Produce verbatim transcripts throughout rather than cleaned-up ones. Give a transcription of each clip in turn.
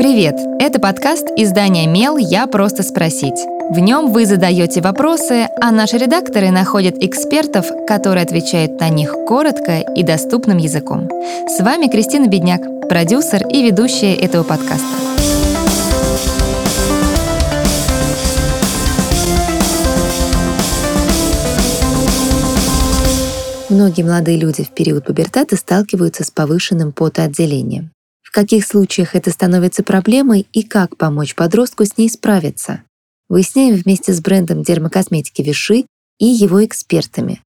Привет! Это подкаст издания «Мел. Я просто спросить». В нем вы задаете вопросы, а наши редакторы находят экспертов, которые отвечают на них коротко и доступным языком. С вами Кристина Бедняк, продюсер и ведущая этого подкаста. Многие молодые люди в период пубертата сталкиваются с повышенным потоотделением. В каких случаях это становится проблемой и как помочь подростку с ней справиться? Выясняем вместе с брендом дермокосметики Vichy и его экспертами,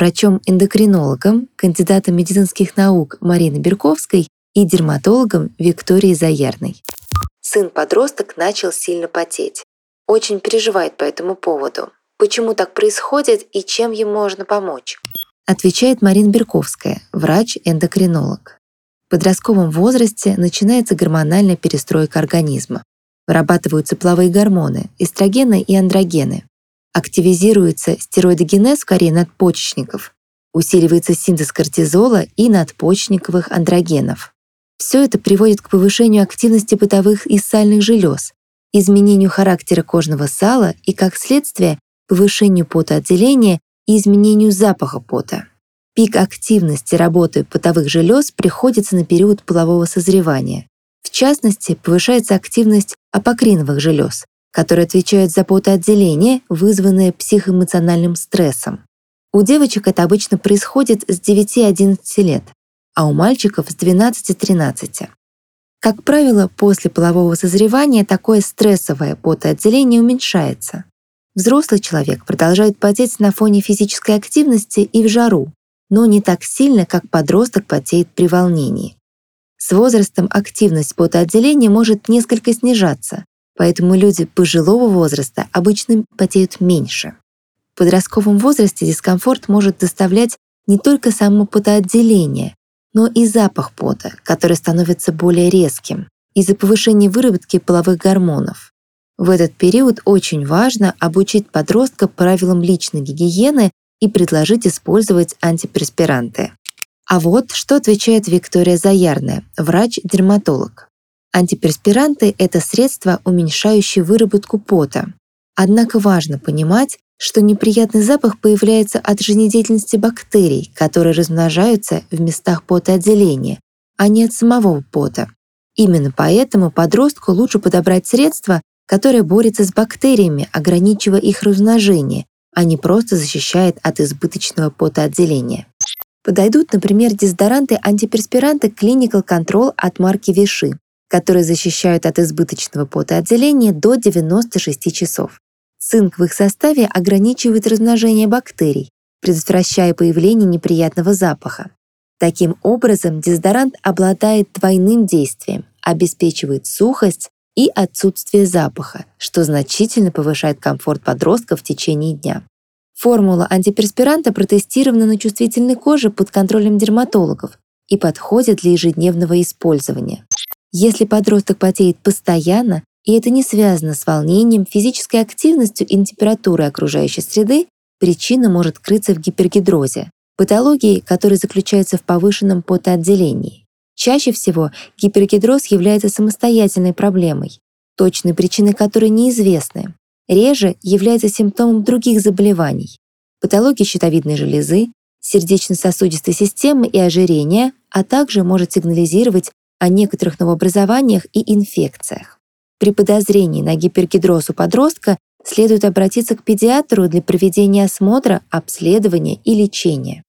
врачом-эндокринологом, кандидатом медицинских наук Мариной Берковской и дерматологом Викторией Заярной. Сын-подросток начал сильно потеть. Очень переживает по этому поводу. Почему так происходит и чем ему можно помочь? Отвечает Марина Берковская, врач-эндокринолог. В подростковом возрасте начинается гормональная перестройка организма. Вырабатываются половые гормоны, эстрогены и андрогены. Активизируется стероидогенез в коре надпочечников. Усиливается синтез кортизола и надпочечниковых андрогенов. Все это приводит к повышению активности потовых и сальных желез, изменению характера кожного сала и, как следствие, повышению потоотделения и изменению запаха пота. Пик активности работы потовых желез приходится на период полового созревания. В частности, повышается активность апокриновых желез, которые отвечают за потоотделение, вызванное психоэмоциональным стрессом. У девочек это обычно происходит с девяти-одиннадцати лет, а у мальчиков с двенадцати-тринадцати. Как правило, после полового созревания такое стрессовое потоотделение уменьшается. Взрослый человек продолжает потеть на фоне физической активности и в жару, но не так сильно, как подросток потеет при волнении. С возрастом активность потоотделения может несколько снижаться, поэтому люди пожилого возраста обычно потеют меньше. В подростковом возрасте дискомфорт может доставлять не только само потоотделение, но и запах пота, который становится более резким из-за повышения выработки половых гормонов. В этот период очень важно обучить подростка правилам личной гигиены и предложить использовать антиперспиранты. А вот что отвечает Виктория Заярная, врач-дерматолог. Антиперспиранты — это средства, уменьшающие выработку пота. Однако важно понимать, что неприятный запах появляется от жизнедеятельности бактерий, которые размножаются в местах потоотделения, а не от самого пота. Именно поэтому подростку лучше подобрать средство, которое борется с бактериями, ограничивая их размножение, а не просто защищает от избыточного потоотделения. Подойдут, например, дезодоранты-антиперспиранты Clinical Control от марки Vichy, которые защищают от избыточного потоотделения до девяноста шести часов. Цинк в их составе ограничивает размножение бактерий, предотвращая появление неприятного запаха. Таким образом, дезодорант обладает двойным действием, обеспечивает сухость и отсутствие запаха, что значительно повышает комфорт подростка в течение дня. Формула антиперспиранта протестирована на чувствительной коже под контролем дерматологов и подходит для ежедневного использования. Если подросток потеет постоянно, и это не связано с волнением, физической активностью и температурой окружающей среды, причина может крыться в гипергидрозе, патологии, которая заключается в повышенном потоотделении. Чаще всего гипергидроз является самостоятельной проблемой, точной причины которой неизвестны. Реже является симптомом других заболеваний, патологии щитовидной железы, сердечно-сосудистой системы и ожирения, а также может сигнализировать о некоторых новообразованиях и инфекциях. При подозрении на гипергидроз у подростка следует обратиться к педиатру для проведения осмотра, обследования и лечения.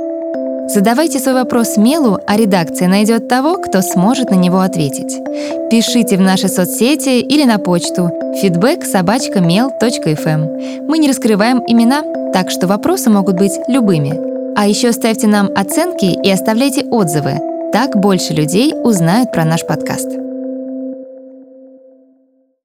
Задавайте свой вопрос Мелу, а редакция найдет того, кто сможет на него ответить. Пишите в наши соцсети или на почту feedback собака мел точка эф эм. Мы не раскрываем имена, так что вопросы могут быть любыми. А еще ставьте нам оценки и оставляйте отзывы. Так больше людей узнают про наш подкаст.